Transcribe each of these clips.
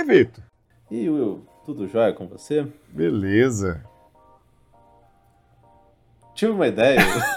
Ei, Vitor. E Will, tudo jóia com você? Beleza. Tive uma ideia.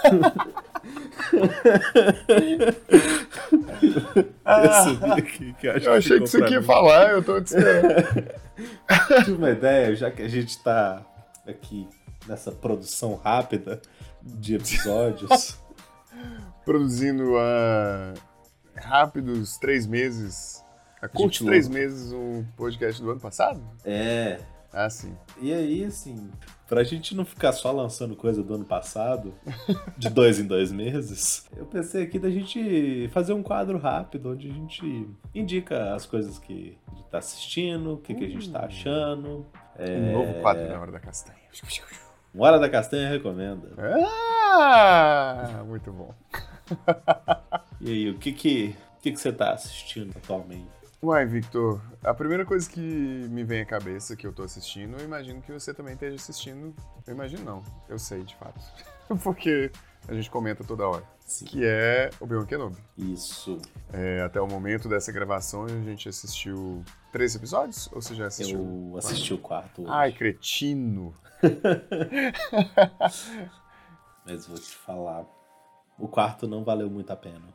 Percebi aqui que eu achei que você ia falar, eu tô te esperando. Tive uma ideia, já que a gente tá aqui nessa produção rápida de episódios. Produzindo há rápidos 3 meses, há curtos 3 meses, um podcast do ano passado? É. Ah, sim. E aí, assim, pra gente não ficar só lançando coisa do ano passado, de 2 em 2 meses, eu pensei aqui da gente fazer um quadro rápido, onde a gente indica as coisas que a gente tá assistindo, o que a gente tá achando. Um novo quadro na Hora da Castanha. Uma Hora da Castanha recomenda. Ah, muito bom. E aí, o que você tá assistindo atualmente? Uai, Victor, a primeira coisa que me vem à cabeça que eu tô assistindo, eu imagino que você também esteja assistindo. Eu imagino não, eu sei de fato. Porque a gente comenta toda hora. Sim. Que é Obi-Wan Kenobi. Isso. Até o momento dessa gravação, a gente assistiu 3 episódios? Ou você já assistiu? Eu assisti o 4 hoje. Ai, cretino! Mas vou te falar, o 4 não valeu muito a pena.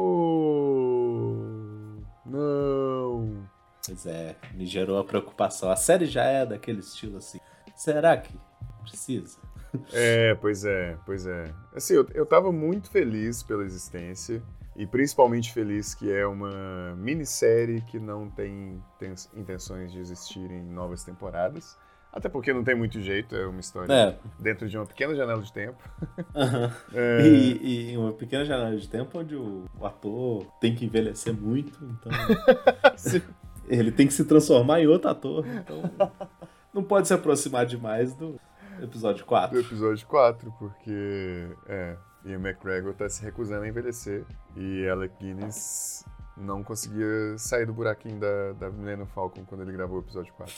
Oh, não! Pois é, me gerou a preocupação. A série já é daquele estilo assim. Será que precisa? Pois é. Assim, eu tava muito feliz pela existência. E principalmente feliz que é uma minissérie que não tem intenções de existir em novas temporadas. Até porque não tem muito jeito, é uma história dentro de uma pequena janela de tempo. Uhum. E uma pequena janela de tempo onde o ator tem que envelhecer muito, então ele tem que se transformar em outro ator, então não pode se aproximar demais do episódio 4. Do episódio 4, porque Ian McGregor tá se recusando a envelhecer e Alec Guinness não conseguia sair do buraquinho da Millennium Falcon quando ele gravou o episódio 4.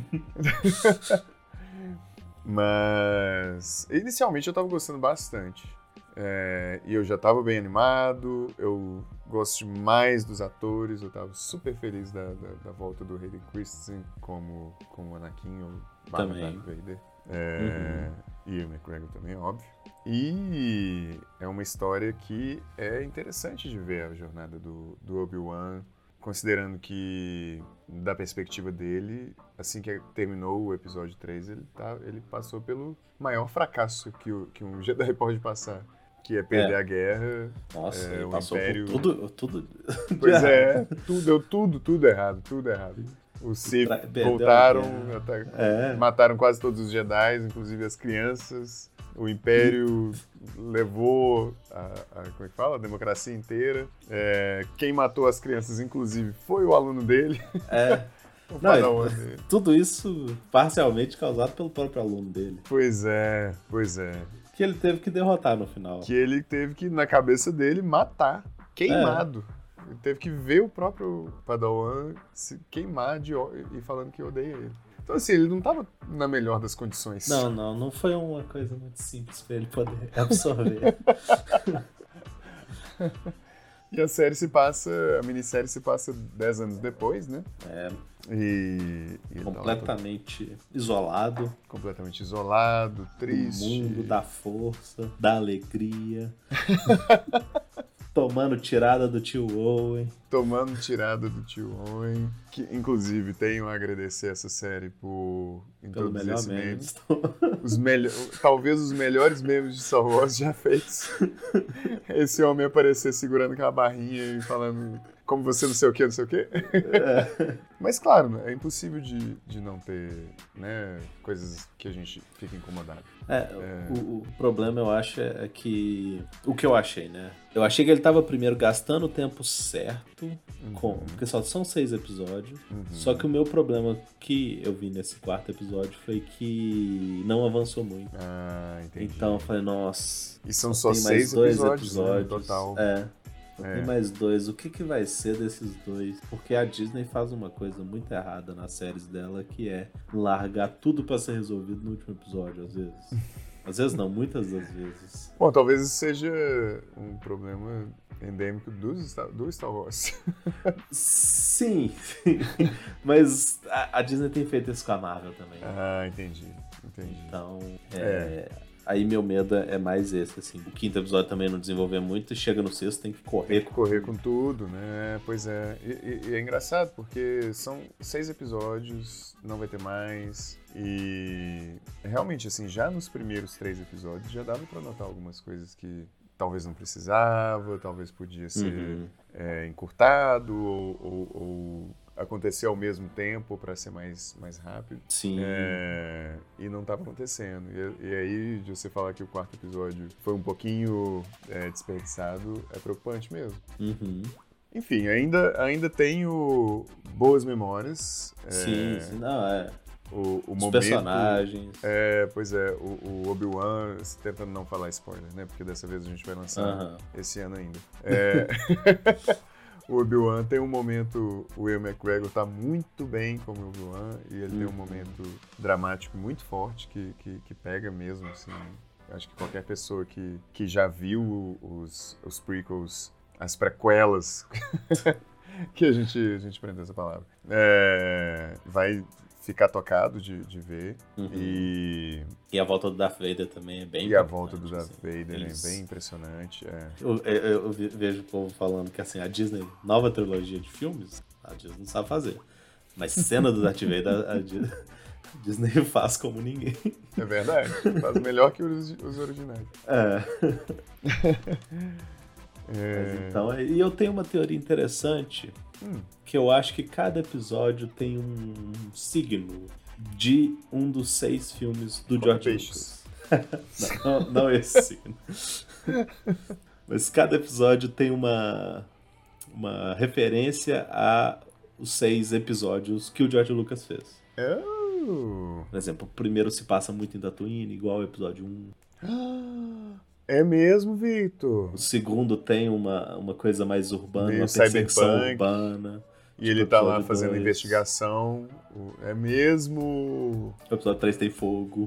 Mas, inicialmente eu tava gostando bastante. E eu já tava bem animado, eu gosto demais dos atores, eu tava super feliz da volta do Hayden Christensen como Anakin ou Darth Vader. E o McGregor também, óbvio. E é uma história que é interessante de ver a jornada do Obi-Wan, considerando que, da perspectiva dele, assim que terminou o episódio 3, ele passou pelo maior fracasso que um Jedi pode passar, que é perder a guerra. Nossa, ele o passou Império... por tudo. Pois deu tudo errado. Os Sith voltaram, mataram quase todos os Jedi, inclusive as crianças. O Império levou como é que fala? A democracia inteira. Quem matou as crianças, inclusive, foi o aluno dele. Dele. Tudo isso parcialmente causado pelo próprio aluno dele. Pois é. Que ele teve que derrotar no final. Que ele teve que, na cabeça dele, matar. Queimado. Ele teve que ver o próprio Padawan se queimar e falando que odeia ele. Então, assim, ele não estava na melhor das condições. Não foi uma coisa muito simples para ele poder absorver. E a minissérie se passa 10 anos depois, né? E completamente isolado. Completamente isolado, triste. Do mundo da força, da alegria. Tomando tirada do tio Owen. Que, inclusive, tenho a agradecer essa série por introduzir esse meme. Talvez os melhores memes de Star Wars já feitos. Esse homem aparecer segurando aquela barrinha e falando como você não sei o quê. Mas, claro, né, é impossível de não ter, né, coisas que a gente fica incomodado. O problema, eu acho, é que... O que eu achei, né? Eu achei que ele tava primeiro gastando o tempo certo, porque só são 6 episódios. Só que o meu problema que eu vi nesse 4º episódio foi que não avançou muito. Entendi. Então eu falei, nossa... E são só 6 episódios no total. Tem mais 2. O que vai ser desses 2? Porque a Disney faz uma coisa muito errada nas séries dela, que é largar tudo pra ser resolvido no último episódio, às vezes. Às vezes não, muitas das vezes. Bom, talvez isso seja um problema endêmico do Star Wars. Sim. Mas a Disney tem feito isso com a Marvel também. Ah, entendi. Então, aí meu medo é mais esse, assim. O 5º episódio também não desenvolveu muito, e chega no 6º, tem que correr. Com tudo, né? Pois é. E é engraçado, porque são 6 episódios, não vai ter mais. E realmente, assim, já nos primeiros 3 episódios já dava pra notar algumas coisas que talvez não precisava, talvez podia ser encurtado ou acontecer ao mesmo tempo para ser mais rápido. Sim. E não estava acontecendo. E aí, de você falar que o 4º episódio foi um pouquinho desperdiçado, é preocupante mesmo. Uhum. Enfim, ainda tenho boas memórias. Sim, não, O os momento, personagens. Pois é, o Obi-Wan, tentando não falar spoiler, né? Porque dessa vez a gente vai lançar esse ano ainda. O Obi-Wan tem um momento, o Ewan McGregor tá muito bem como Obi-Wan, e ele tem um momento dramático muito forte que pega mesmo, assim. Acho que qualquer pessoa que já viu os prequels, as prequelas, que a gente aprendeu essa palavra, vai ficar tocado de ver. E a volta do Darth Vader também é bem E a volta do Darth Vader é bem impressionante. Eu vejo o povo falando que assim, a Disney, nova trilogia de filmes, a Disney não sabe fazer. Mas cena do Darth Vader, a Disney faz como ninguém. É verdade, faz melhor que os originais. Mas então, e eu tenho uma teoria interessante, que eu acho que cada episódio tem um signo de um dos 6 filmes do George Lucas. não esse signo. Mas cada episódio tem uma referência a os 6 episódios que o George Lucas fez. Por exemplo, o primeiro se passa muito em Tatooine, igual o episódio 1. É mesmo, Victor? O segundo tem uma coisa mais urbana, meio uma perseguição urbana. E ele tá lá fazendo investigação. É mesmo? O episódio 3 tem fogo.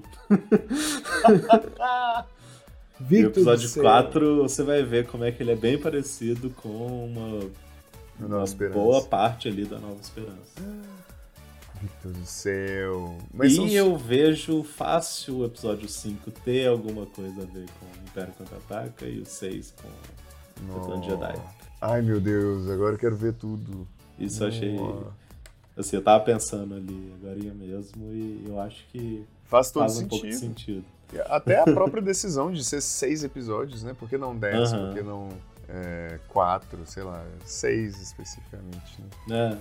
Victor, e o episódio 4 você vai ver como é que ele é bem parecido com uma boa parte ali da Nova Esperança. Victor do céu. Mas eu vejo fácil o episódio 5 ter alguma coisa a ver com o Império Contra-Ataca e o 6 com o Retorno de Jedi. Ai, meu Deus, agora eu quero ver tudo. Isso eu achei... Assim, eu tava pensando ali agora mesmo e eu acho que faz todo um pouco de sentido. Até a própria decisão de ser 6 episódios, né? Por que não 10? Por que não 4, sei lá, 6 especificamente, né?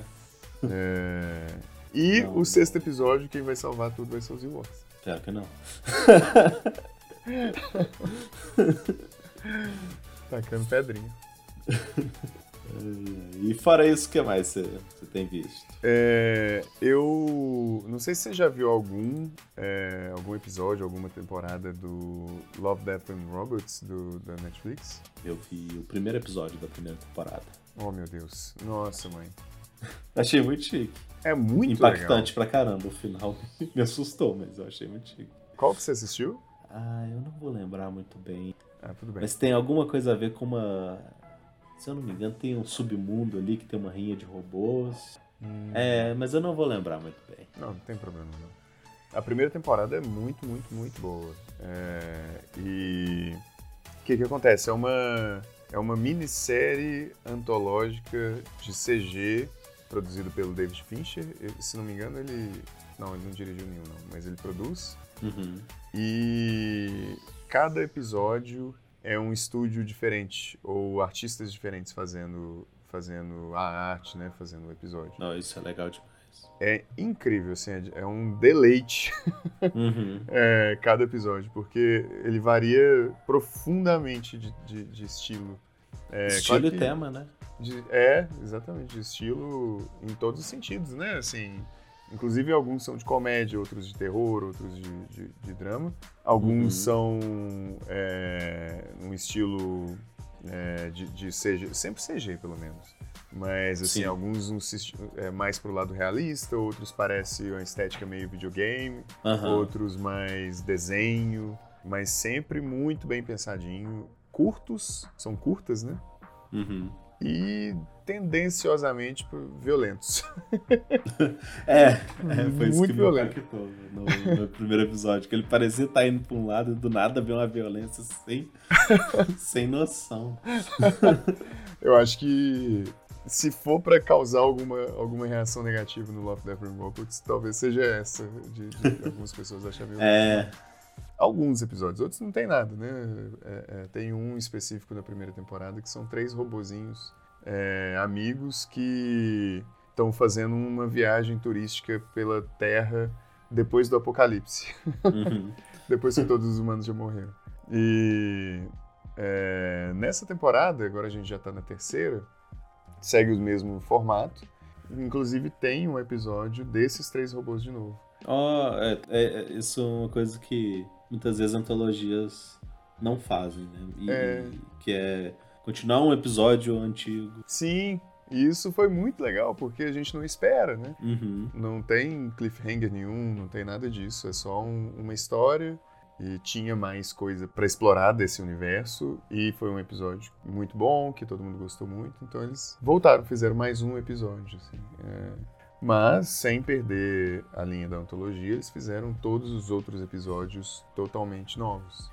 E não, o 6º episódio, quem vai salvar tudo vai ser os Ewoks. Claro que não. Tacando pedrinha. E fora isso, o que mais você tem visto? Eu não sei se você já viu algum episódio, alguma temporada do Love, Death and Robots da Netflix. Eu vi o primeiro episódio da primeira temporada. Oh, meu Deus. Nossa, mãe. Achei muito chique. É muito impactante legal. Pra caramba. O final me assustou, mas eu achei muito chique. Qual que você assistiu? Eu não vou lembrar muito bem. Tudo bem. Mas tem alguma coisa a ver com uma... Se eu não me engano, tem um submundo ali que tem uma rinha de robôs. Mas eu não vou lembrar muito bem. Não tem problema não. A primeira temporada é muito, muito, muito boa. E o que acontece? É uma minissérie antológica de CG produzido pelo David Fincher. Se não me engano, ele não dirigiu nenhum, não, mas ele produz. E cada episódio é um estúdio diferente, ou artistas diferentes fazendo a arte, né, fazendo o episódio. Não, isso é legal demais. É incrível, assim, é um deleite cada episódio, porque ele varia profundamente de estilo. Estilo e tema, né? Exatamente, de estilo em todos os sentidos, né, assim... Inclusive, alguns são de comédia, outros de terror, outros de drama. Alguns são um estilo de CG, sempre CG, pelo menos. Mas, assim, sim, alguns mais pro lado realista, outros parecem uma estética meio videogame, outros mais desenho, mas sempre muito bem pensadinho. São curtas, né? E tendenciosamente violentos. Foi isso que me impactou no primeiro episódio, que ele parecia estar indo pra um lado e do nada veio uma violência sem noção. Eu acho que se for pra causar alguma reação negativa no Love, Death and Robots, talvez seja essa, de algumas pessoas acharem alguns episódios, outros não tem nada, né? Tem um específico da primeira temporada que são 3 robozinhos amigos que estão fazendo uma viagem turística pela Terra depois do apocalipse. Depois que todos os humanos já morreram. E nessa temporada, agora a gente já tá na terceira, segue o mesmo formato. Inclusive tem um episódio desses 3 robôs de novo. Isso é uma coisa que muitas vezes antologias não fazem, né? Que é continuar um episódio antigo. Sim, e isso foi muito legal, porque a gente não espera, né? Não tem cliffhanger nenhum, não tem nada disso. É só uma história e tinha mais coisa pra explorar desse universo. E foi um episódio muito bom, que todo mundo gostou muito. Então eles voltaram, fizeram mais um episódio, assim. Mas, sem perder a linha da antologia, eles fizeram todos os outros episódios totalmente novos.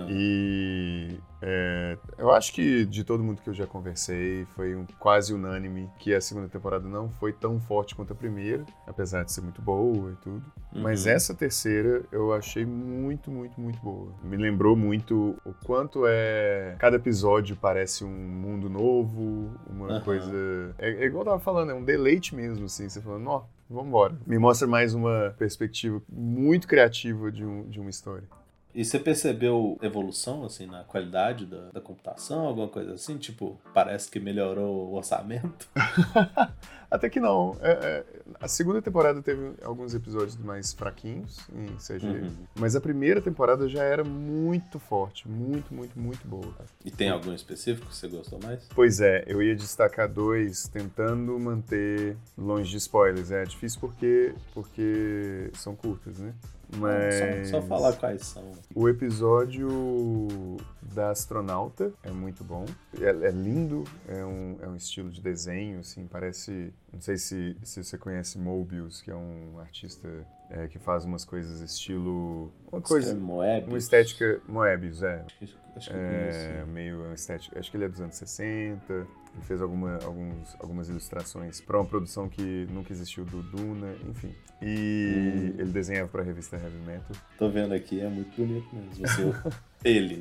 E eu acho que de todo mundo que eu já conversei, foi quase unânime que a segunda temporada não foi tão forte quanto a primeira, apesar de ser muito boa e tudo. Mas essa terceira eu achei muito, muito, muito boa. Me lembrou muito o quanto cada episódio parece um mundo novo, uma coisa... É igual eu tava falando, é um deleite mesmo, assim, você falando, ó, vambora. Me mostra mais uma perspectiva muito criativa de uma história. E você percebeu evolução, assim, na qualidade da computação, alguma coisa assim? Tipo, parece que melhorou o orçamento? Até que não. A segunda temporada teve alguns episódios mais fraquinhos em CGI, mas a primeira temporada já era muito forte, muito, muito, muito boa. E tem algum específico que você gostou mais? Pois eu ia destacar 2, tentando manter longe de spoilers. É difícil porque são curtas, né? Mas só falar quais são. O episódio da astronauta é muito bom. É lindo, é um estilo de desenho, assim, parece... Não sei se você conhece Moebius, que é um artista que faz umas coisas estilo... Moebius? Uma estética... Moebius, Acho que eu conheço. Meio uma estética... Acho que ele é dos anos 60. Ele fez algumas ilustrações para uma produção que nunca existiu do Duna, enfim. E ele desenhava para a revista Heavy Metal. Tô vendo aqui, é muito bonito mesmo. Ele,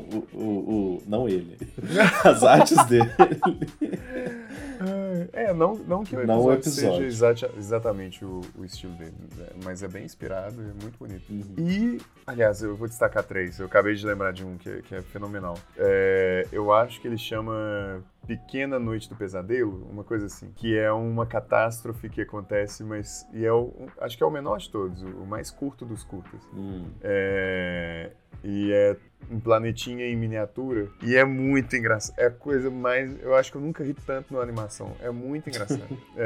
não ele. As artes dele. Não que o episódio seja exatamente o estilo dele, mas é bem inspirado e é muito bonito. E, aliás, eu vou destacar 3. Eu acabei de lembrar de um que é fenomenal. Eu acho que ele chama Pequena Noite do Pesadelo, uma coisa assim, que é uma catástrofe que acontece, mas acho que é o menor de todos, o mais curto dos curtos. E é um planetinha em miniatura, e é muito engraçado. É a coisa mais... Eu acho que eu nunca ri tanto numa animação. É muito engraçado.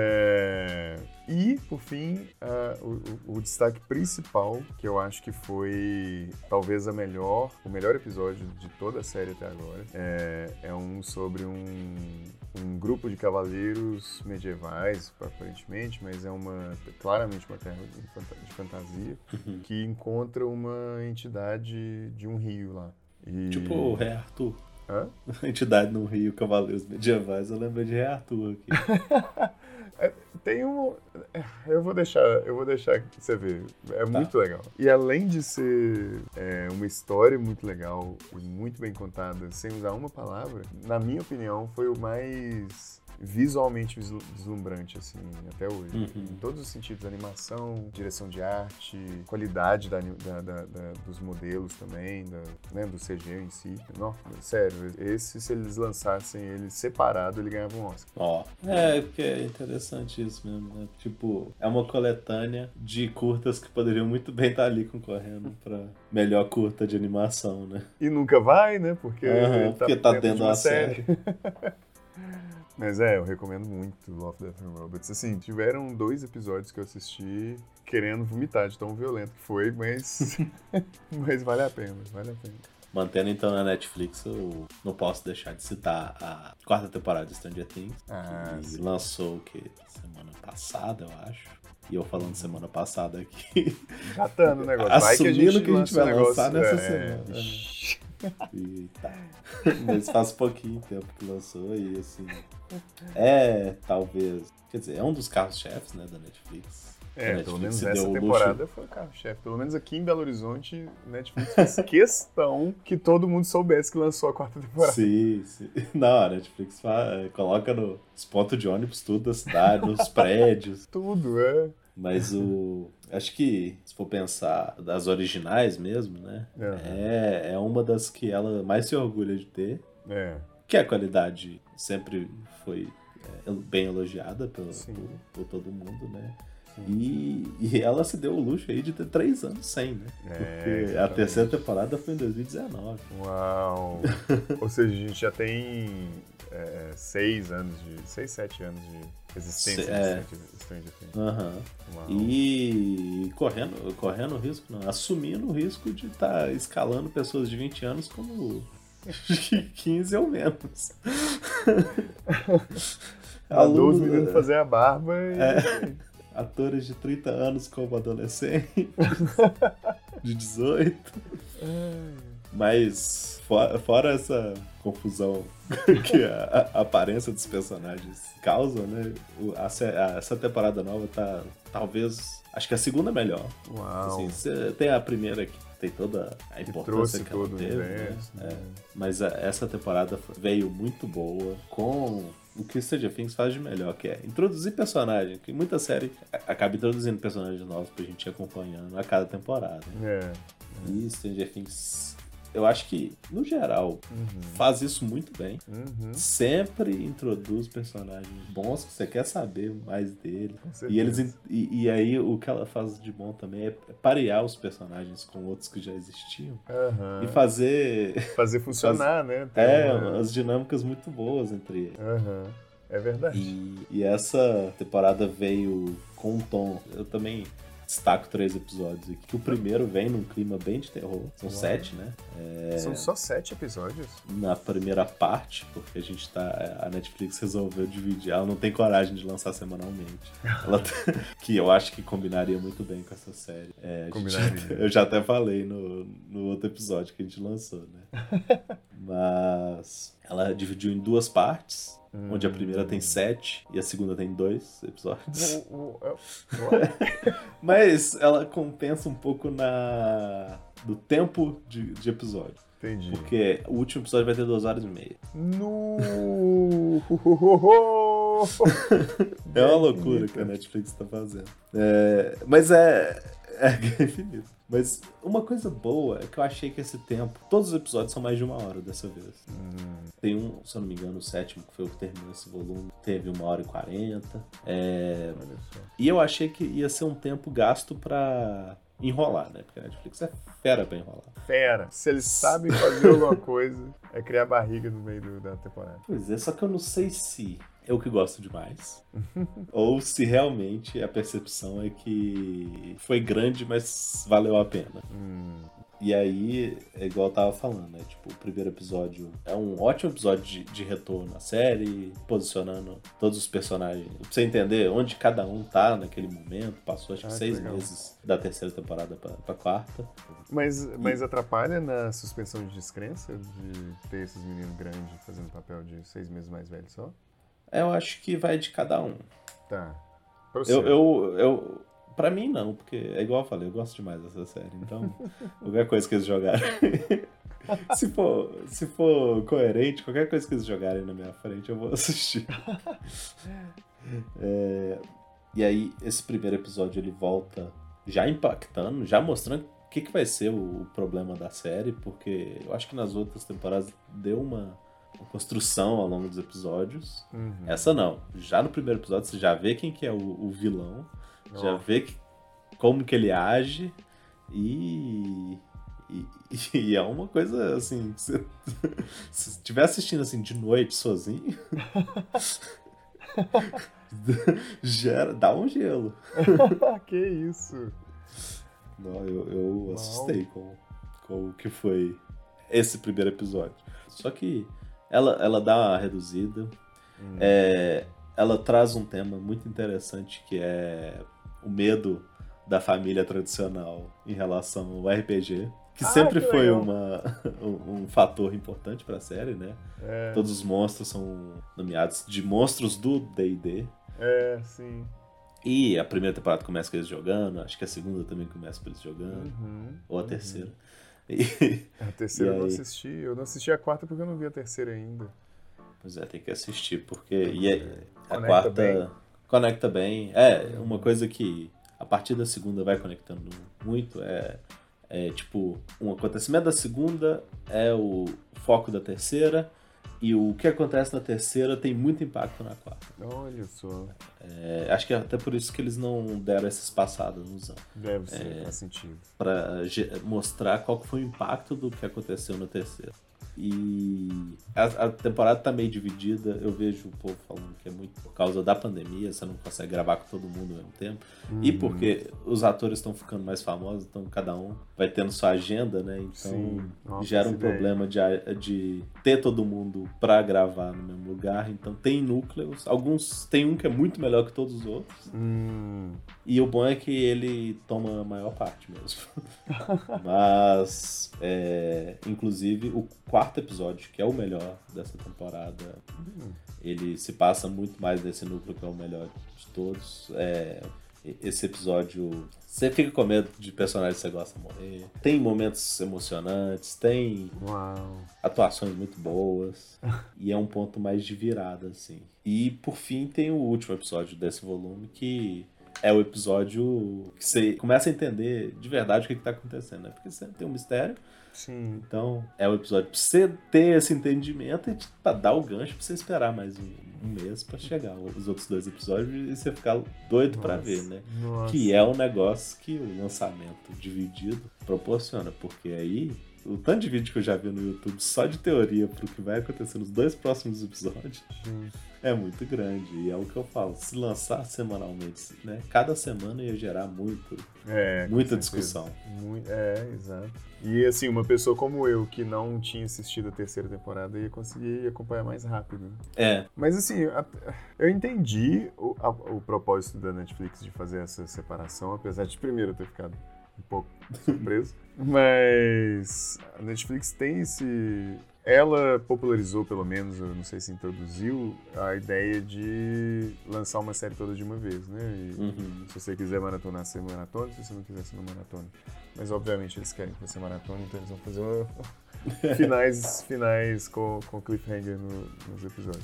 E, por fim, o destaque principal, que eu acho que foi talvez o melhor episódio de toda a série até agora, é um sobre um grupo de cavaleiros medievais, aparentemente, mas claramente uma terra de fantasia, que encontra uma entidade de um rio lá. Tipo o Rei Arthur. Hã? A entidade no rio, cavaleiros medievais, eu lembro de Rei Arthur aqui. Tem um... Eu vou deixar que você vê. É muito legal. E além de ser uma história muito legal e muito bem contada, sem usar uma palavra, na minha opinião, foi o mais visualmente deslumbrante, assim, até hoje. Em todos os sentidos, animação, direção de arte, qualidade dos modelos também, do CG em si. Não, sério, se eles lançassem ele separado, ele ganhava um Oscar. Porque é interessante isso mesmo, né? Tipo, é uma coletânea de curtas que poderiam muito bem estar ali concorrendo pra melhor curta de animação, né? E nunca vai, né? Porque tá dentro de uma série. Mas eu recomendo muito Love, Death and Robots. Assim, tiveram 2 episódios que eu assisti querendo vomitar de tão violento que foi, mas vale a pena, vale a pena. Mantendo então na Netflix, eu não posso deixar de citar a 4ª temporada de Stranger Things, que lançou o que? Semana passada, eu acho. E eu falando semana passada aqui. Datando o negócio. Assumindo que a gente vai lançar nessa semana. Eita. Mas faz pouquinho tempo que lançou e assim. Talvez. Quer dizer, é um dos carros-chefes, né, da Netflix. Pelo menos essa temporada foi o carro-chefe. Pelo menos aqui em Belo Horizonte, Netflix fez questão que todo mundo soubesse que lançou a 4ª temporada. Sim. Não, a Netflix coloca nos pontos de ônibus tudo da cidade, nos prédios. Tudo, Mas acho que, se for pensar das originais mesmo, né? É uma das que ela mais se orgulha de ter. Que a qualidade sempre foi bem elogiada por todo mundo, né? E ela se deu o luxo aí de ter 3 anos sem, né? Porque a 3ª temporada foi em 2019. Uau! Ou seja, a gente já tem 6, 7 anos de existência de Stranger Things. E correndo o risco, não, assumindo o risco de estar escalando pessoas de 20 anos como 15 ou menos. Alunos menino fazer a barba atores de 30 anos como adolescentes, de 18. Mas, fora essa confusão que a aparência dos personagens causa, né? Essa temporada nova tá, talvez, acho que a segunda melhor. Uau! Assim, você tem a primeira que tem toda a importância que ela teve, universo, né? Mas essa temporada veio muito boa, com o que Stranger Things faz de melhor, que é introduzir personagem, que muita série acaba introduzindo personagens novos pra gente ir acompanhando a cada temporada. E Stranger Things, eu acho que, no geral, faz isso muito bem. Sempre introduz personagens bons que você quer saber mais dele. E aí o que ela faz de bom também é parear os personagens com outros que já existiam. E fazer funcionar, né? As dinâmicas muito boas entre eles. É verdade. E essa temporada veio com um tom. Eu também destaco 3 episódios aqui. Que o primeiro vem num clima bem de terror. São 7, né? São só 7 episódios? Na primeira parte, porque a Netflix resolveu dividir. Ela não tem coragem de lançar semanalmente. Que eu acho que combinaria muito bem com essa série. Eu já até falei no outro episódio que a gente lançou, né? Mas ela dividiu em 2 partes. Onde a primeira tem 7 e a segunda tem 2 episódios. Mas ela compensa um pouco do tempo de episódio. Entendi. Porque o último episódio vai ter 2h30. É uma loucura que a Netflix tá fazendo. Mas é infinito. Mas uma coisa boa é que eu achei que esse tempo... Todos os episódios são mais de 1 hora dessa vez. Tem se eu não me engano, o 7º, que foi o que terminou esse volume, teve 1h40. E eu achei que ia ser um tempo gasto pra enrolar, né? Porque a Netflix é fera pra enrolar. Fera. Se eles sabem fazer alguma coisa, é criar barriga no meio da temporada. Pois é, só que eu não sei se eu que gosto demais. Ou se realmente a percepção é que foi grande, mas valeu a pena. E aí, é igual eu tava falando, né? Tipo, o primeiro episódio é um ótimo episódio de retorno à série, posicionando todos os personagens. Pra você entender onde cada um tá naquele momento. Passou, acho que 6 meses da 3ª temporada pra 4ª. Mas atrapalha na suspensão de descrença de ter esses meninos grandes fazendo papel de 6 meses mais velhos só? Eu acho que vai de cada um. Tá. Pra mim, não, porque é igual eu falei, eu gosto demais dessa série. Então, qualquer coisa que eles jogarem. se for coerente, qualquer coisa que eles jogarem na minha frente, eu vou assistir. E aí, esse primeiro episódio ele volta já impactando, já mostrando o que vai ser o problema da série, porque eu acho que nas outras temporadas deu uma construção ao longo dos episódios. Essa não. Já no primeiro episódio você já vê quem que é o vilão, já vê como que ele age e é uma coisa assim, se estiver assistindo assim de noite sozinho, dá um gelo. Que isso? Não, eu assustei com o que foi esse primeiro episódio. Só que ela dá uma reduzida. Ela traz um tema muito interessante, que é o medo da família tradicional em relação ao RPG. Que sempre foi um fator importante pra série, né? Todos os monstros são nomeados de monstros do D&D. Sim. E a primeira temporada começa com eles jogando, acho que a segunda também começa com eles jogando. Ou a terceira. A terceira eu não assisti a quarta porque eu não vi a terceira ainda. Pois é, tem que assistir, porque a quarta conecta bem. Uma coisa que a partir da segunda vai conectando muito tipo, um acontecimento da segunda é o foco da terceira, e o que acontece na terceira tem muito impacto na quarta. Olha só. Acho que é até por isso que eles não deram essa espaçada no Zão. Deve ser, faz sentido. Pra mostrar qual que foi o impacto do que aconteceu na terceira. E a temporada tá meio dividida. Eu vejo o povo falando que é muito por causa da pandemia, você não consegue gravar com todo mundo ao mesmo tempo. E porque os atores estão ficando mais famosos, então cada um vai tendo sua agenda, né? Então gera um problema de ter todo mundo pra gravar no mesmo lugar. Então tem núcleos, tem um que é muito melhor que todos os outros. E o bom é que ele toma a maior parte mesmo. Mas inclusive o quarto episódio, que é o melhor dessa temporada, ele se passa muito mais desse núcleo que é o melhor de todos. Esse episódio, você fica com medo de personagens que você gosta morrer. Tem momentos emocionantes, tem atuações muito boas. E é um ponto mais de virada, assim. E por fim tem o último episódio desse volume, que é o episódio que você começa a entender de verdade o que está acontecendo, né? Porque sempre tem um mistério. Sim. Então, é o episódio pra você ter esse entendimento e pra dar o gancho pra você esperar mais um mês pra chegar os outros 2 episódios e você ficar doido pra ver, né? Que é um negócio que o lançamento dividido proporciona, porque aí o tanto de vídeo que eu já vi no YouTube só de teoria pro que vai acontecer nos 2 próximos episódios é muito grande. E é o que eu falo, se lançar semanalmente, né? Cada semana ia gerar muita discussão. Exato. E assim, uma pessoa como eu, que não tinha assistido a terceira temporada, ia conseguir acompanhar mais rápido. Mas assim, eu entendi o propósito da Netflix de fazer essa separação, apesar de primeiro eu ter ficado um pouco surpreso. Mas a Netflix tem ela popularizou, pelo menos, eu não sei se introduziu, a ideia de lançar uma série toda de uma vez, né? E se você quiser maratonar, você maratona, se você não quiser, você não maratona. Mas, obviamente, eles querem que você maratone, então eles vão fazer finais com cliffhanger nos episódios.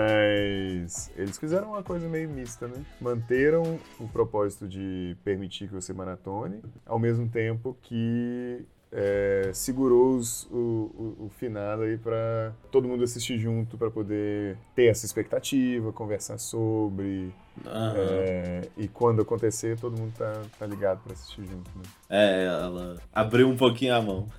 Mas eles fizeram uma coisa meio mista, né? Manteram o propósito de permitir que você maratone, ao mesmo tempo que segurou o final aí pra todo mundo assistir junto, pra poder ter essa expectativa, conversar sobre. E quando acontecer, todo mundo tá ligado pra assistir junto, né? Ela abriu um pouquinho a mão.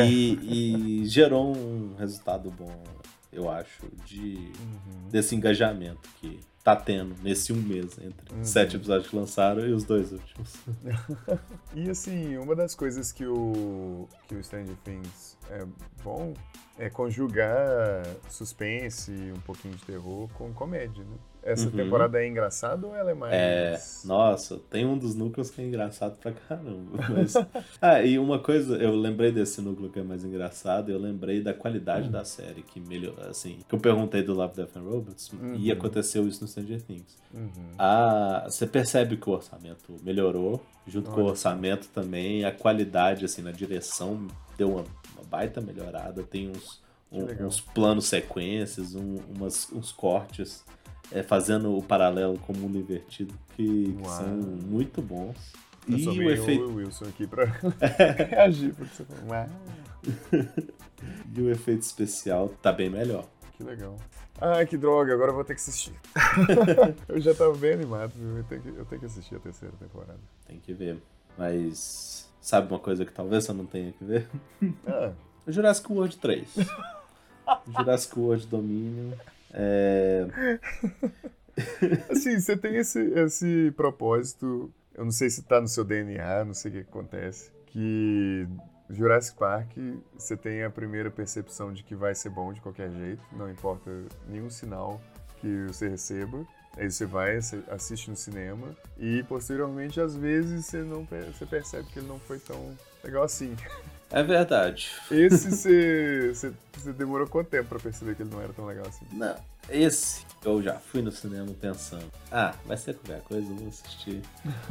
E gerou um resultado bom, eu acho, desse engajamento que tá tendo nesse um mês entre 7 episódios que lançaram e os 2 últimos. E assim, uma das coisas que o Stranger Things é bom é conjugar suspense e um pouquinho de terror com comédia, né? Essa temporada é engraçada ou ela é mais... Nossa, tem um dos núcleos que é engraçado pra caramba. Mas... e uma coisa, eu lembrei desse núcleo que é mais engraçado, eu lembrei da qualidade da série, que melhorou, assim, que eu perguntei do Love, Death and Robots, e aconteceu isso no Stranger Things. Você percebe que o orçamento melhorou, junto com o orçamento também, a qualidade, assim, na direção deu uma baita melhorada, tem uns planos sequências, uns cortes, fazendo o paralelo com o mundo invertido, que são muito bons. Eu sou meio o Wilson aqui pra reagir, porque você falou, E o efeito especial tá bem melhor. Que legal. Que droga, agora eu vou ter que assistir. Eu já tava bem animado, viu? Eu tenho que assistir a terceira temporada. Tem que ver. Mas sabe uma coisa que talvez você não tenha que ver? O Jurassic World 3. Jurassic World Dominion. Assim, você tem esse propósito, eu não sei se tá no seu DNA, não sei o que acontece, que Jurassic Park, você tem a primeira percepção de que vai ser bom de qualquer jeito, não importa nenhum sinal que você receba. Aí você vai, assiste no cinema e posteriormente, às vezes, você percebe que ele não foi tão legal assim. É verdade. Esse você demorou quanto tempo pra perceber que ele não era tão legal assim? Não, esse eu já fui no cinema pensando, vai ser qualquer coisa, eu vou assistir.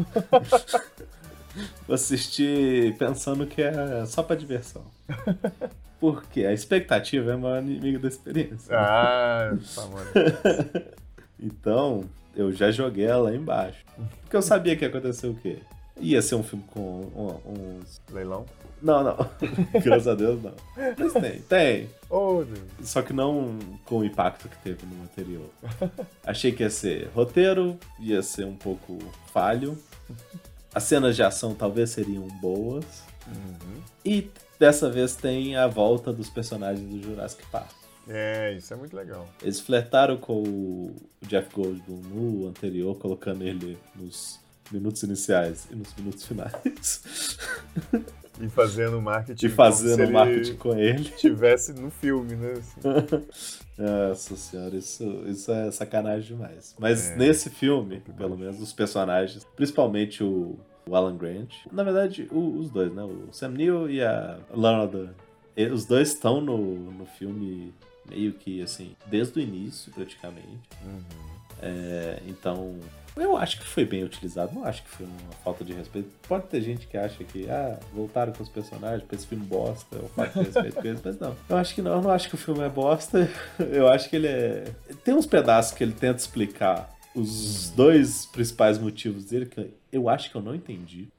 Vou assistir pensando que é só pra diversão. Porque a expectativa é a maior inimiga da experiência. Tá, mano. Então, eu já joguei ela lá embaixo. Porque eu sabia que ia acontecer o quê? Ia ser um filme com uns... Leilão? Não. Graças a Deus, não. Mas tem. Oh, Deus. Só que não com o impacto que teve no anterior. Achei que ia ser roteiro, ia ser um pouco falho. As cenas de ação talvez seriam boas. Uhum. E dessa vez tem a volta dos personagens do Jurassic Park. Isso é muito legal. Eles flertaram com o Jeff Goldblum no anterior, colocando ele nos minutos iniciais e nos minutos finais. E fazendo marketing. E fazendo marketing com ele. Tivesse no filme, né? Assim. Nossa senhora, isso é sacanagem demais. Mas nesse filme, pelo menos, os personagens, principalmente o Alan Grant, na verdade, os dois, né? O Sam Neill e a Lana Dunham, os dois estão no filme meio que, assim, desde o início, praticamente. Então, eu acho que foi bem utilizado. Não acho que foi uma falta de respeito. Pode ter gente que acha que, voltaram com os personagens pra esse filme bosta, é uma falta de respeito com eles, mas não. Eu acho que não. Eu não acho que o filme é bosta. Eu acho que ele é... Tem uns pedaços que ele tenta explicar os dois principais motivos dele, que eu acho que eu não entendi.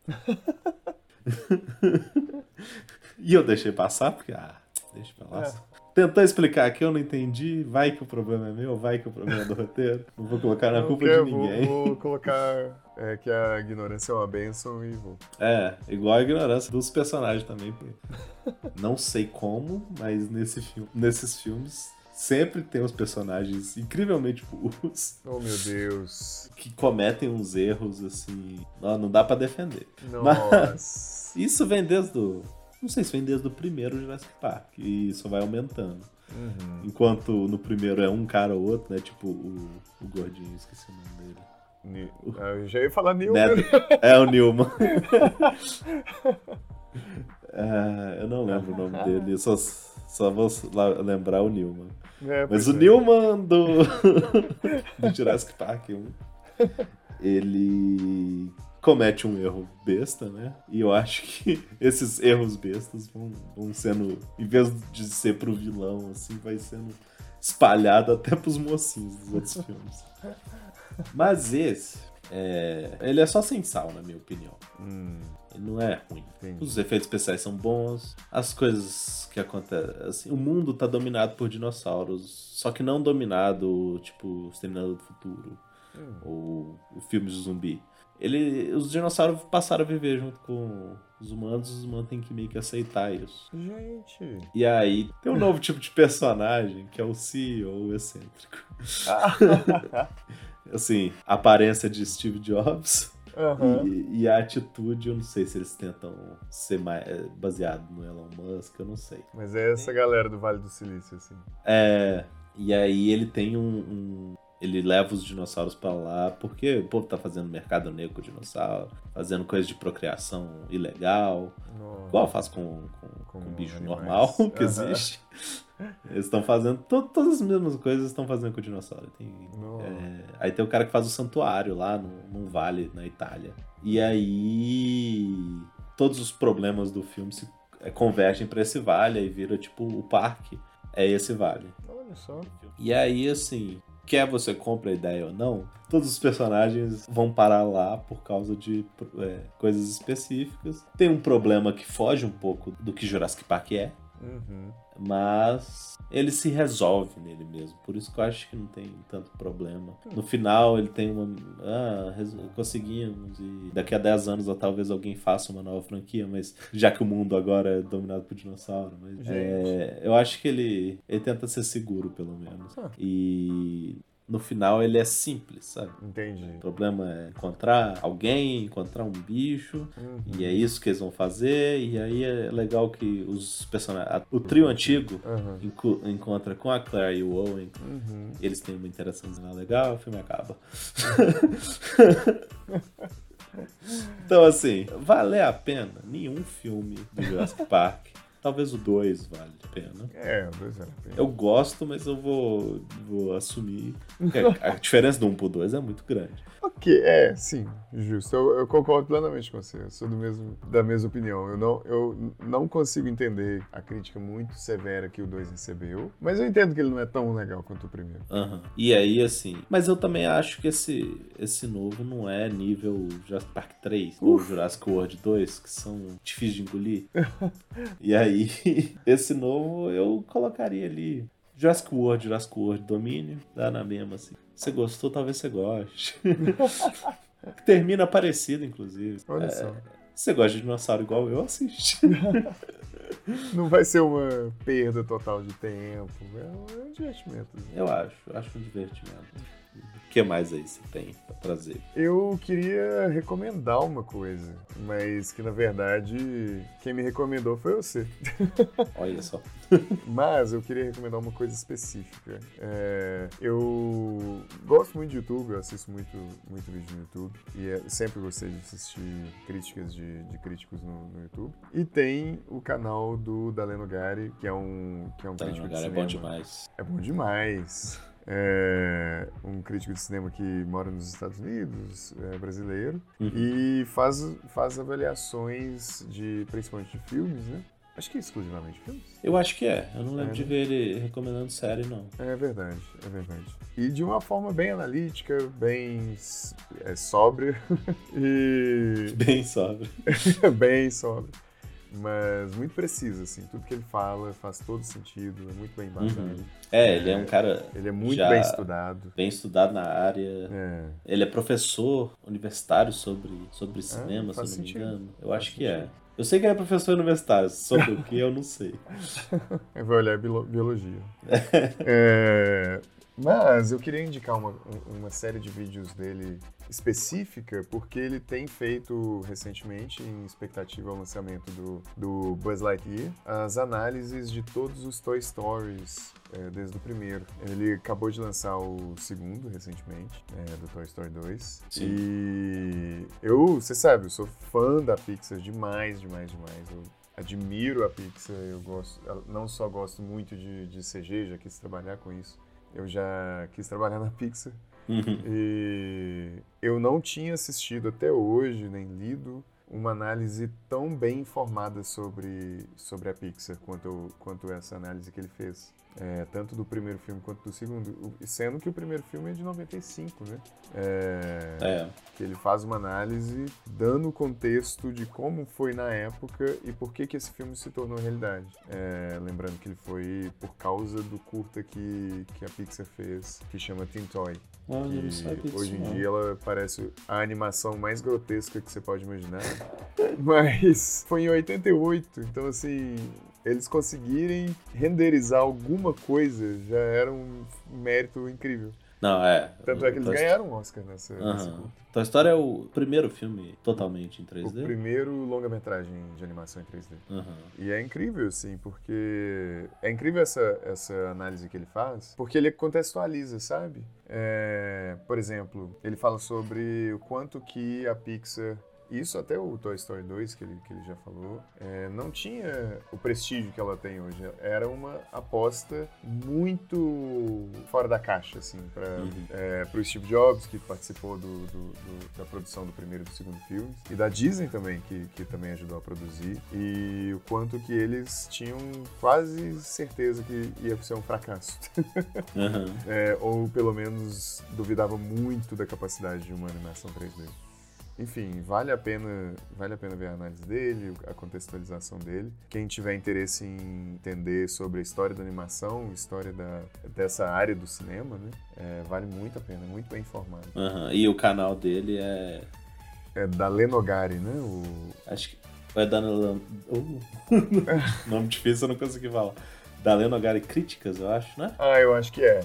E eu deixei passar, porque, deixa pra lá. Tentou explicar que eu não entendi, vai que o problema é meu, vai que o problema é do roteiro. Não vou colocar na culpa de ninguém. Vou colocar que a ignorância é uma bênção e vou. Igual a ignorância dos personagens também. Não sei como, mas nesses filmes sempre tem uns personagens incrivelmente burros. Oh, meu Deus. Que cometem uns erros, assim... Não dá pra defender. Nossa. Mas isso vem não sei se vem desde o primeiro Jurassic Park, e isso vai aumentando. Enquanto no primeiro é um cara ou outro, né? Tipo o gordinho, esqueci o nome dele. Eu já ia falar Newman. É o Newman. Eu não lembro o nome dele, só vou lembrar o Newman. Mas o Newman do Jurassic Park 1, ele comete um erro besta, né? E eu acho que esses erros bestas vão sendo, em vez de ser pro vilão, assim, vai sendo espalhado até pros mocinhos dos outros filmes. Mas esse, ele é só sem sal, na minha opinião. Ele não é ruim. Entendi. Os efeitos especiais são bons, as coisas que acontecem... Assim, o mundo tá dominado por dinossauros, só que não dominado, tipo, Exterminador do Futuro, ou o filme de zumbi. Os dinossauros passaram a viver junto com os humanos têm que meio que aceitar isso. Gente. E aí, tem um novo tipo de personagem, que é o CEO excêntrico. Assim, a aparência de Steve Jobs e a atitude, eu não sei se eles tentam ser mais baseado no Elon Musk, eu não sei. Mas é essa galera do Vale do Silício, assim. E aí ele tem ele leva os dinossauros pra lá, porque o povo tá fazendo mercado negro com dinossauro, fazendo coisa de procriação ilegal, igual faz com bicho animais normal que existe. Eles estão fazendo todas as mesmas coisas estão fazendo com o dinossauro. Aí tem o cara que faz o santuário lá num vale na Itália. E aí todos os problemas do filme se convergem pra esse vale, aí vira tipo o parque é esse vale. Olha só. E aí, assim, quer você compre a ideia ou não, todos os personagens vão parar lá por causa de coisas específicas. Tem um problema que foge um pouco do que Jurassic Park é, mas ele se resolve nele mesmo. Por isso que eu acho que não tem tanto problema. No final ele tem conseguimos, e daqui a 10 anos ou talvez alguém faça uma nova franquia, mas já que o mundo agora é dominado por dinossauro. Mas, eu acho que ele tenta ser seguro, pelo menos. E no final ele é simples, sabe? Entendi. O problema é encontrar alguém, encontrar um bicho, e é isso que eles vão fazer, e aí é legal que os personagens... O trio antigo encontra com a Claire e o Owen, eles têm uma interação legal, o filme acaba. Então, assim, vale a pena? Nenhum filme do Jurassic Park. Talvez o 2 vale a pena. O 2 vale a pena. Eu gosto, mas eu vou assumir que a diferença do 1 pro 2 é muito grande. Ok, sim, justo. Eu concordo plenamente com você. Eu sou da mesma opinião. Eu não consigo entender a crítica muito severa que o 2 recebeu, mas eu entendo que ele não é tão legal quanto o primeiro. E aí, assim... Mas eu também acho que esse novo não é nível Jurassic Park 3 ou Jurassic World 2, que são difíceis de engolir. E aí, esse novo eu colocaria ali... Jurassic World Domínio, dá na mesma, assim. Você gostou, talvez você goste. Termina parecido, inclusive. Olha só. Se você gosta de dinossauro igual eu, assiste. Não vai ser uma perda total de tempo. É um divertimento. Eu acho um divertimento. O que mais aí você tem pra trazer? Eu queria recomendar uma coisa, mas que na verdade quem me recomendou foi você. Olha só. Mas eu queria recomendar uma coisa específica. Eu gosto muito de YouTube, eu assisto muito vídeo no YouTube e sempre gostei de assistir críticas de críticos no YouTube. E tem o canal do Daleno Gari, que é um crítico de cinema. É bom demais. É bom demais. Um crítico de cinema que mora nos Estados Unidos, brasileiro, e faz avaliações principalmente de filmes, né? Acho que é exclusivamente filmes. Eu acho que é. Eu não lembro de ver ele recomendando série, não. É verdade. E de uma forma bem analítica, bem sóbria. Bem sóbria. Bem sóbria. Mas muito preciso, assim. Tudo que ele fala faz todo sentido, é muito bem embasado. Ele é um cara... Ele é muito bem estudado. Bem estudado na área. Ele é professor universitário sobre cinema, se eu não me engano. Eu acho que é. Eu sei que ele é professor universitário, sobre o que eu não sei. Eu vou olhar biologia. Mas eu queria indicar uma série de vídeos dele específica, porque ele tem feito recentemente, em expectativa ao lançamento do Buzz Lightyear, as análises de todos os Toy Stories desde o primeiro. Ele acabou de lançar o segundo recentemente, do Toy Story 2. Sim. E você sabe, eu sou fã da Pixar demais. Eu admiro a Pixar, não só gosto muito de CG, já quis trabalhar com isso. Eu já quis trabalhar na Pixar. E eu não tinha assistido até hoje, nem lido, uma análise tão bem informada sobre a Pixar quanto essa análise que ele fez. Tanto do primeiro filme quanto do segundo. Sendo que o primeiro filme é de 95, né? Que ele faz uma análise dando o contexto de como foi na época e por que esse filme se tornou realidade. Lembrando que ele foi por causa do curta que a Pixar fez, que chama Teen Toy. Que hoje em dia ela parece a animação mais grotesca que você pode imaginar. Mas foi em 88, então assim... Eles conseguirem renderizar alguma coisa já era um mérito incrível. Não, Tanto é que eles ganharam um Oscar nesse curta. Toy Story é o primeiro filme totalmente em 3D? O primeiro longa-metragem de animação em 3D. E é incrível, assim, porque... É incrível essa análise que ele faz, porque ele contextualiza, sabe? Por exemplo, ele fala sobre o quanto que a Pixar... Isso até o Toy Story 2, que ele já falou, não tinha o prestígio que ela tem hoje. Era uma aposta muito fora da caixa, assim, para o Steve Jobs, que participou da produção do primeiro e do segundo filme, e da Disney também, que também ajudou a produzir, e o quanto que eles tinham quase certeza que ia ser um fracasso. Ou pelo menos duvidavam muito da capacidade de uma animação 3D. Enfim, vale a pena ver a análise dele, a contextualização dele. Quem tiver interesse em entender sobre a história da animação, história dessa área do cinema, né? Vale muito a pena, é muito bem informado. E o canal dele é... É Daleno Gari, né? Acho que é Nome difícil, eu não consegui falar. Dalenogari Críticas, eu acho, né? Ah, eu acho que é.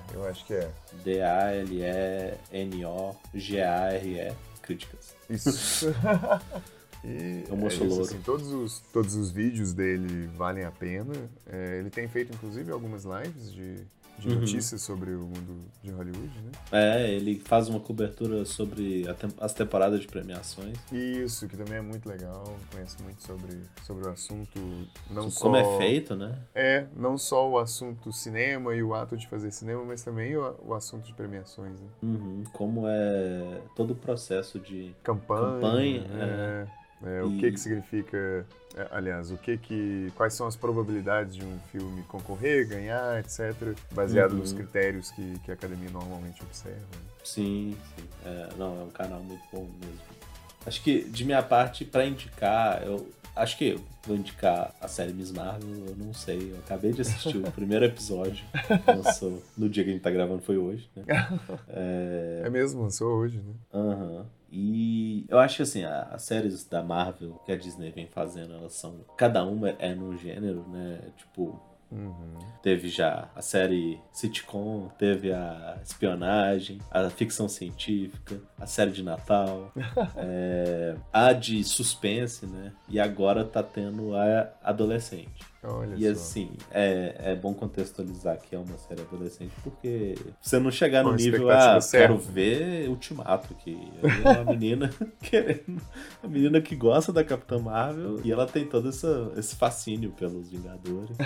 DALENOGARE Críticas. Isso. E o moço louro. Assim, todos os vídeos dele valem a pena. Ele tem feito, inclusive, algumas lives de notícias sobre o mundo de Hollywood, né? Ele faz uma cobertura sobre as temporadas de premiações. Isso, que também é muito legal. Conhece muito sobre o assunto. Não só, como é feito, né? Não só o assunto cinema e o ato de fazer cinema, mas também o assunto de premiações, né? Como é todo o processo de campanha né? O que significa, aliás, quais são as probabilidades de um filme concorrer, ganhar, etc., baseado nos critérios que a academia normalmente observa. Sim. É um canal muito bom mesmo. Acho que, de minha parte, para indicar, acho que eu vou indicar a série Miss Marvel, eu não sei. Eu acabei de assistir o primeiro episódio. Lançou no dia que a gente tá gravando, foi hoje, né? É mesmo, lançou hoje, né? E eu acho que assim, as séries da Marvel que a Disney vem fazendo, elas são... Cada uma é num gênero, né? Tipo... Teve já a série sitcom, teve a espionagem, a ficção científica, a série de Natal, a de suspense, né? E agora tá tendo a adolescente. Olha e só. Assim, é bom contextualizar que é uma série adolescente, porque você não chegar no nível, quero ver Ultimato, que é uma menina querendo, a menina que gosta da Capitã Marvel, e ela tem todo esse fascínio pelos Vingadores.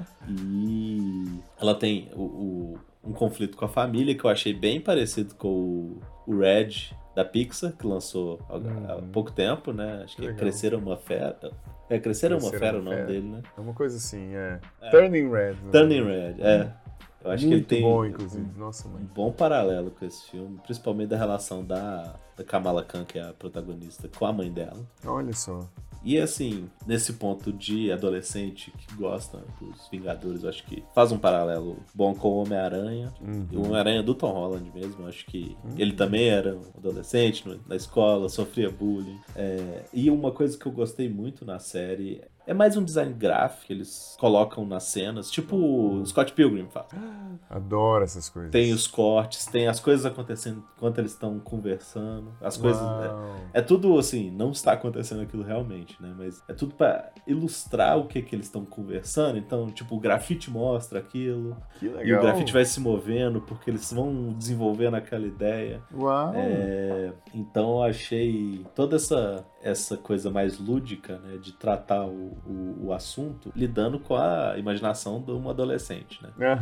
E ela tem um conflito com a família, que eu achei bem parecido com o Red da Pixar, que lançou há pouco tempo, né? Acho que Cresceram uma Fera. Cresceram uma Fera o nome dele, né? É uma coisa assim, Turning Red. Turning Red, Eu acho muito que ele tem bom, inclusive. Nossa, mãe. Um bom paralelo com esse filme, principalmente da relação da Kamala Khan, que é a protagonista, com a mãe dela. Olha só. E assim, nesse ponto de adolescente que gosta dos Vingadores, eu acho que faz um paralelo bom com o Homem-Aranha. E o Homem-Aranha do Tom Holland mesmo, eu acho que ele também era um adolescente na escola, sofria bullying. E uma coisa que eu gostei muito na série é mais um design gráfico que eles colocam nas cenas, tipo o Scott Pilgrim faz. Adoro essas coisas. Tem os cortes, tem as coisas acontecendo enquanto eles estão conversando. As coisas. É tudo assim, não está acontecendo aquilo realmente, né? Mas é tudo pra ilustrar o que eles estão conversando. Então, tipo, o grafite mostra aquilo. Que legal. E o grafite vai se movendo porque eles vão desenvolvendo aquela ideia. Uau! Então eu achei toda essa coisa mais lúdica, né, de tratar o assunto lidando com a imaginação de um adolescente, né?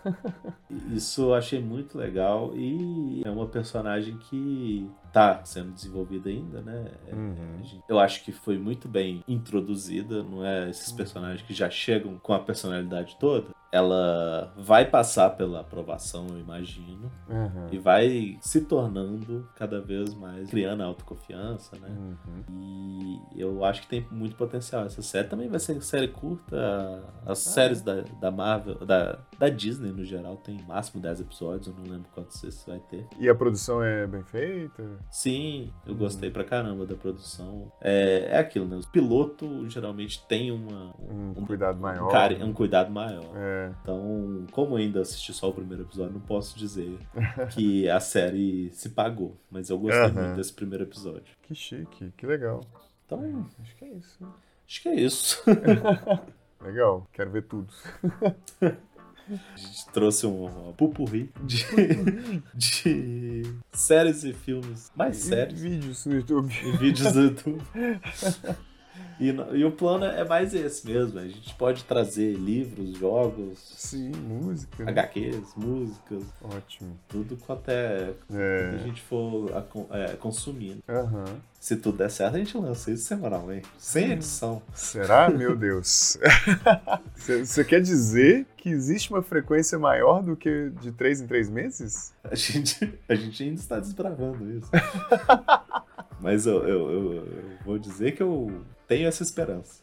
Isso eu achei muito legal e é uma personagem que tá sendo desenvolvida ainda, né? Eu acho que foi muito bem introduzida, não é esses personagens que já chegam com a personalidade toda. Ela vai passar pela aprovação, eu imagino, e vai se tornando cada vez mais, criando autoconfiança, né? E eu acho que tem muito potencial essa série. Também vai ser série curta. As séries da Marvel, da Disney no geral, tem máximo 10 episódios, eu não lembro quantos esse vai ter. E a produção é bem feita? Sim, eu gostei pra caramba da produção. É aquilo, né? O piloto geralmente tem um cuidado maior. Um cuidado maior. Então, como eu ainda assisti só o primeiro episódio, não posso dizer que a série se pagou. Mas eu gostei muito desse primeiro episódio. Que chique, que legal. Então, acho que é isso. Acho que é isso. Legal, quero ver tudo. A gente trouxe um pupurri de séries e filmes. Mais séries. Vídeos no YouTube. E vídeos no YouTube. E o plano é mais esse mesmo. A gente pode trazer livros, jogos. Sim, música. HQs, músicas. Ótimo. Tudo quanto a gente for consumindo. Se tudo der certo, a gente lança isso semanalmente. Sem edição. Será? Meu Deus. Você quer dizer que existe uma frequência maior do que de 3 em 3 meses? A gente ainda está desbravando isso. Mas eu vou dizer que eu tenho essa esperança.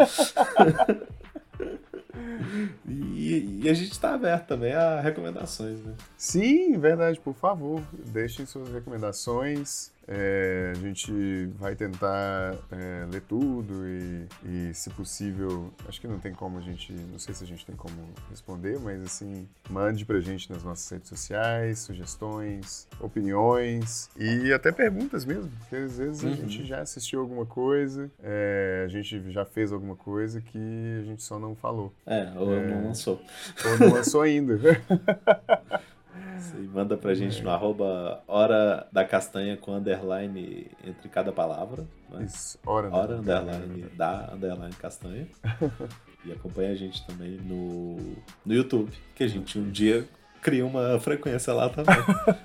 E a gente está aberto também a recomendações, né? Sim, verdade. Por favor, deixem suas recomendações. A gente vai tentar ler tudo e, se possível, acho que não tem como não sei se a gente tem como responder, mas assim, mande pra gente nas nossas redes sociais, sugestões, opiniões e até perguntas mesmo, porque às vezes a gente já assistiu alguma coisa, a gente já fez alguma coisa que a gente só não falou. Ou não lançou. Ou não lançou ainda. Você manda pra gente no @hora da castanha com underline entre cada palavra. Né? Isso, hora underline da underline castanha. E acompanha a gente também no YouTube, que a gente um dia cria uma frequência lá também.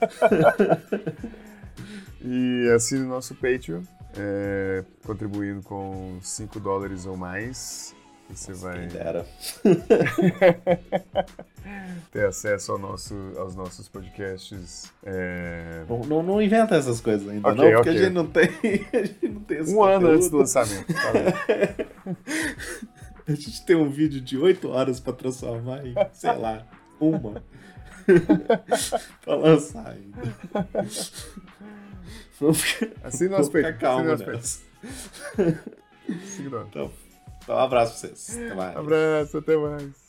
E assine o nosso Patreon, contribuindo com $5 ou mais. Você vai quem dera. ter acesso aos nossos podcasts. Não inventa essas coisas ainda, não, porque a gente não tem esse conteúdo. Ano antes do lançamento. Tá. A gente tem um vídeo de 8 horas pra transformar em, sei lá, uma. Pra lançar ainda. Assim nós ficar calmo nessa. Então, um abraço pra vocês. Até mais. Abraço, até mais.